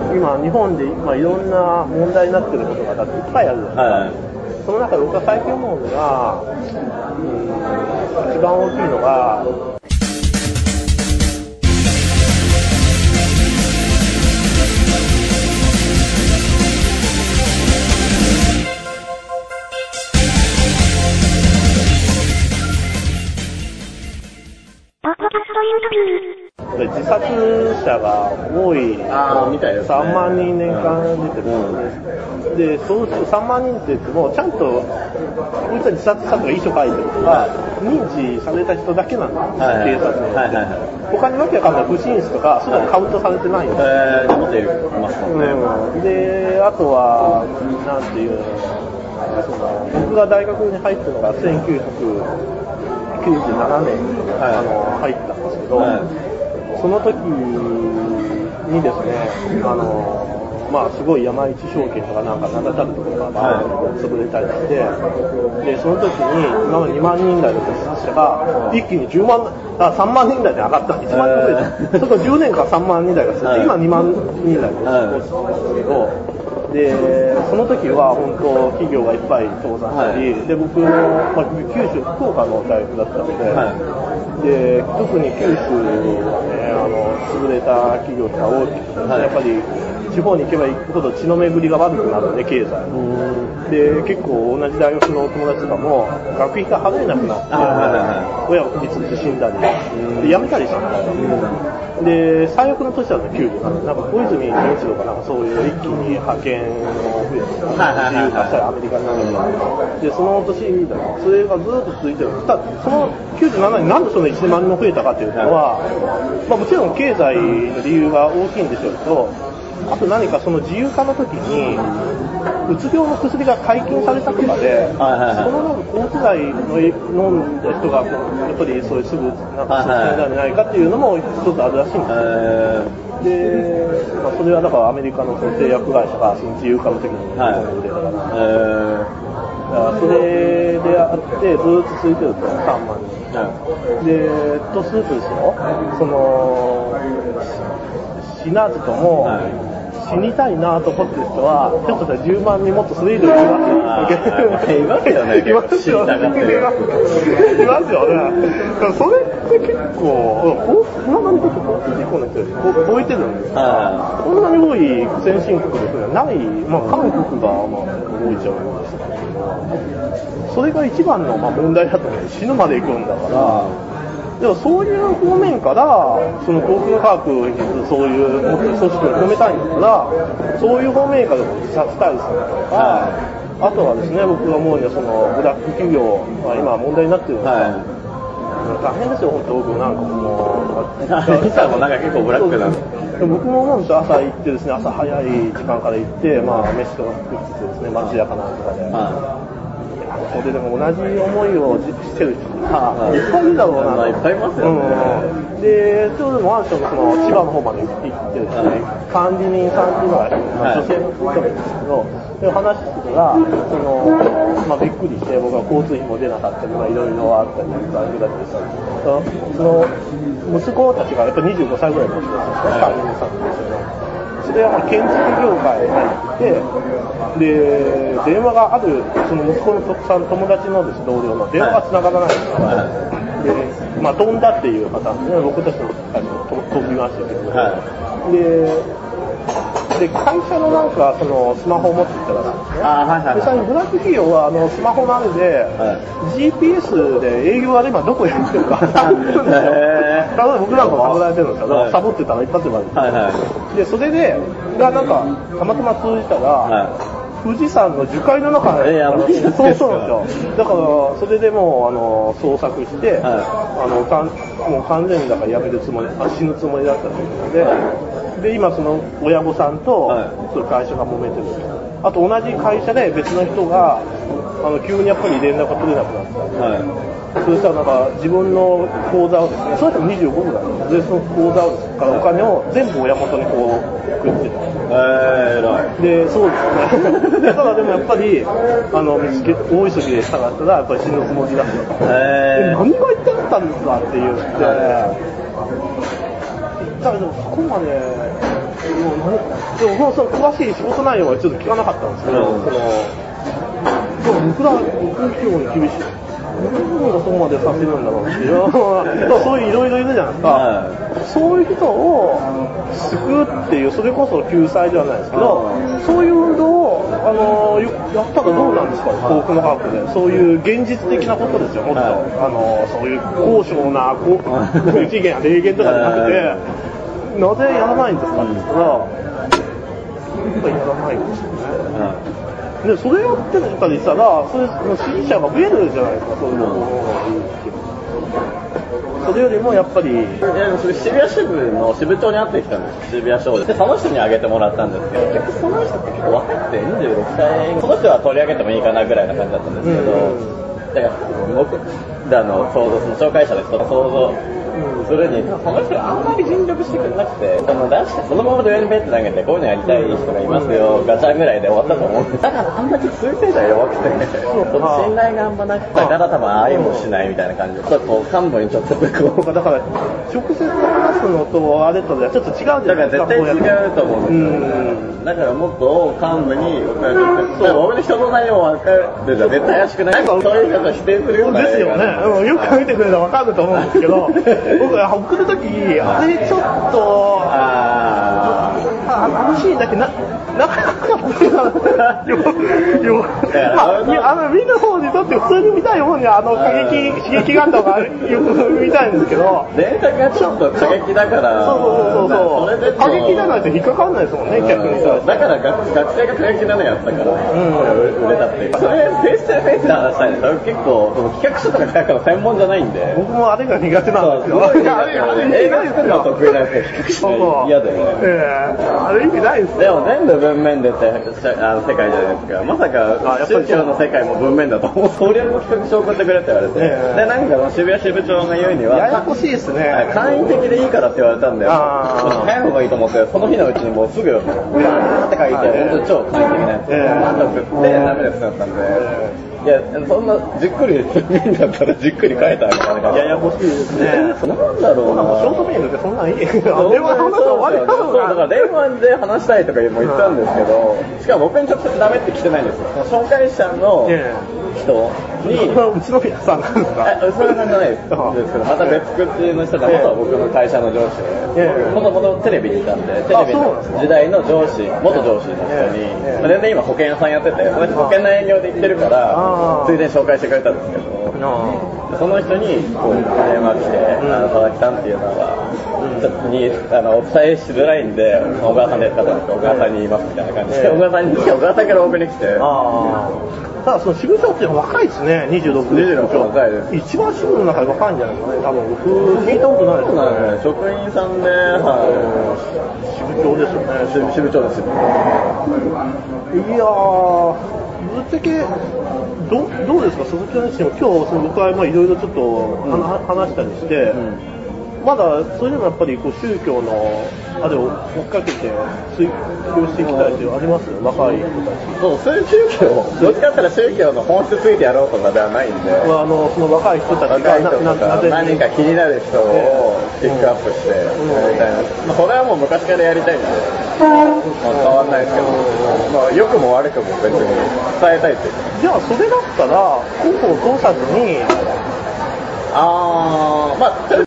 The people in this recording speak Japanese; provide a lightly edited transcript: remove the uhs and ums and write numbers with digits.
今日本で、まあ、いろんな問題になってることがだっていっぱいあるじゃないですか。その中で僕が最近思うのが、一番大きいのが、自殺者が多い、3万人年間出てるんです。で、そうすると3万人って言っても、ちゃんと、こいつは自殺したとか遺書書いてるとか、認知された人だけなんです、警察に。他にわけわかんない不審死とか、そういうのカウントされてないんです。で、あとは、なんていうの、僕が大学に入ったのが1997年に入ったんですけど、その時にですね、まあすごい山一証券とかなんか名だたるところがバーッと潰れたりして、でその時に今まで2万人台の自殺者が一気に3万人台に上がった、1万人増えた。それから10年間3万人台が続いて、今2万人台に落ちてるんですけど、でその時は本当企業がいっぱい倒産したり、で僕も、まあ、九州福岡の大学だったので、で特に九州はね潰れた企業が多くて、やっぱり地方に行けば行くほど血の巡りが悪くなるね、経済で結構同じ大学の友達とかも学費が払えなくなって、親を首つって死んだりで辞めたりしたんだよ。で最悪の年だったら97年、なんか小泉純一郎かなんかそういう一気に派遣を増えて自由化したらアメリカになるで、その年だそれがずっと続いてる。その97年なんでその1万人も増えたかというのは、まあ、もちろん経済の理由が大きいんでしょうけど、あと何かその自由化の時にうつ病の薬が解禁されたとかで、その抗うつ剤の飲んだ人がやっぱりそういうすぐなんか進んだんじゃないかっていうのも一つあるらしいんですよ。で、まあ、それはだからアメリカの製薬会社がその自由化の時に売れたから、それであってずっと続いてると3万人、でとするとですよ、その死なずとも、死にたいなと思ってる人は、ちょっと10万人もっとそれ以上いますよね。いますよね。それって結構、こんなに交通事故の人超えてるんですから、こんなに多い先進国ではない、まあ韓国がまあ多いっちゃ多いですけど、それが一番のまあ問題だと思う。死ぬまで行くんだから。でもそういう方面からその航空科学にそういうもっと組織を止めたいんだから、そういう方面から自殺対策とか、あとはですね、僕が思うにはそのブラック企業が今問題になってるんですが、大変ですよ本当。僕なんかもなんか結構ブラックなんです。僕も思うんですよ。朝行ってですね、朝早い時間から行って、まあ飯とか作ってですね、町屋かなんとかで。ここででも同じ思いをしてる人がいっぱいいるだろうな。いっぱいいますよね。で、ちょうどマンションのその千葉の方まで行ってですね、管理人さんっていうのが女性の人なんですけど、で話してたら、まあびっくりして、僕は交通費も出なかったり、まあいろいろあったり、残業だったりしたんですけど、その息子たちがやっぱり25歳ぐらいの人なんですね、管理人さんですよね。それはまあ建築業界に入ってて、で電話があるその息子の友達のです、同僚の電話が繋がらないんですから、でまあ飛んだっていうパターンで、ね、僕たちの飛びましたけど、で会社のなんかそのスマホを持っていたらなんですね。で最近ブラック企業はスマホなので、GPS で営業が今どこやってるか例えば僕なんかもサボられてるんですけど、サボってたら一発で言われて、でそれでなんかたまたま通じたら、富士山の樹海の中で、そうなんですよ。だからそれでもう捜索して、もう完全にだからやめるつもり、死ぬつもりだったということで、今その親御さんとその会社が揉めてる。あと同じ会社で別の人が急にやっぱり連絡が取れなくなった。そしたらなんか自分の口座をですね、その人も25ぐらいで、その口座をですからお金を全部親元にこう送ってた。で、そうですね。だからでもやっぱり見つけ大急ぎで探したらやっぱり死ぬつもりだった。何が言ってあったんですかって言って。だけどそこまででももうその詳しい仕事内容はちょっと聞かなかったんですけど、でも僕企業に厳しい。僕がそこまでさせるんだろうし、そういういろいろいるじゃないですか。そういう人を救うっていう、それこそ救済ではないですけど、そういう運動をやったらどうなんですか、幸福の科学で。そういう現実的なことですよ、もっと。そういう高尚な一元や霊言とかじゃなくて、なぜやらないんですかって言ったら、やっぱりやらないんですよね。でそれやってたりしたら、それ支持者が増えるじゃないですか、そういうのがいいっていう。それよりもやっぱり渋谷支部の支部長に会ってきたんですよ、渋谷商で。その人にあげてもらったんですけど、結局その人って結構若くて26歳、その人は取り上げてもいいかなぐらいな感じだったんですけど、だから僕らの想像、その紹介者の人の想像するに、その人があんまり尽力してくれなくて、出してそのまま上にベッて投げて、こういうのやりたい人がいますよ、ガチャぐらいで終わったと思うんです。だからあんまり推薦者が弱くて、信頼があんまなくて、だから多分ああいうもしないみたいな感じで、こう幹部にちょっとこう、 だから直接話すのとあれとではちょっと違うじゃないですか。 だから絶対違うと思うんですよ。だからもっと幹部に僕の人の内容分かるじゃ絶対怪しくない。そういう人が否定するようなですよね。よく見てくれたら分かると思うんですけど、僕が送るときあれちょっとあのシーンだけなかなか見る方にとって普通に見たい方に刺激があった方がよく見たいんですけど、 電車がちょっと過激だから、 そう過激じゃないと引っかかんないですもんね、逆に。 だから学生が過激なのやったから売れたっていう。それフェイス2フェイスで話したいんですよ。結構企画書とか書くの専門じゃないんで。 僕もあれが苦手なんですよ。 映画作るのは得意なんですけど、嫌だよね。 あれ意味ないですよ。 でも全部文面でって世界じゃないですか。まさか宗教の世界も文面だと思う。それも企画書送ってくれって言われて、でなんか渋谷支部長が言うにはややこしいですね。 簡易的でいいからって言われたんだよ。早い方がいいと思って、その日のうちにもうすぐバーって書いて、本当に超簡易的なやつを送ってダメですってなったんで。いや、そんなじっくり見んだったらじっくり書いてあげたね。 ややこしいですね。 なんだろうな。 ショートメールでそんなんいい。電話の話終わりだろうが。 だから電話で話したいとかも言ったんですけど、しかも僕に直接ダメって来てないんですよ。紹介者の人に。 うちの皆さんなんですか？ それなんじゃないですけど、また別口の人が元僕の会社の上司で、もともとテレビにいたんで、テレビの時代の元上司の人に、全然今保険屋さんやってて、その人保険の営業で行ってるから、ついでに紹介してくれたんですけど、その人にこう電話来て、佐々木さんっていうのはちょっとお伝えしづらいんで、小川さんですかとか、小川さんに言いますみたいな感じで、小川さんから送りに来て。 ただその支部長っていうのは若いですね、26です。 若いです。 一番支部の中で若いんじゃないですかね、多分僕聞いたことないですね。職員さんで、 支部長ですよね。 支部長ですよ。 いやー、ぶっちゃけどうですか、鈴木さんにしても今日僕はいろいろちょっと話したりして。まだそれでもやっぱりこう宗教のあれを追っかけて追求していきたいというあります？若い人たち。 そういう宗教、どっちかって言ったら宗教の本質ついてやろうとかではないんで、 その若い人たちが何か気になる人をピックアップしてやりたいな。それはもう昔からやりたいんで、変わんないですけど、良くも悪くも別に伝えたいっていう。 じゃあそれだったら広報を通さずに。 まあ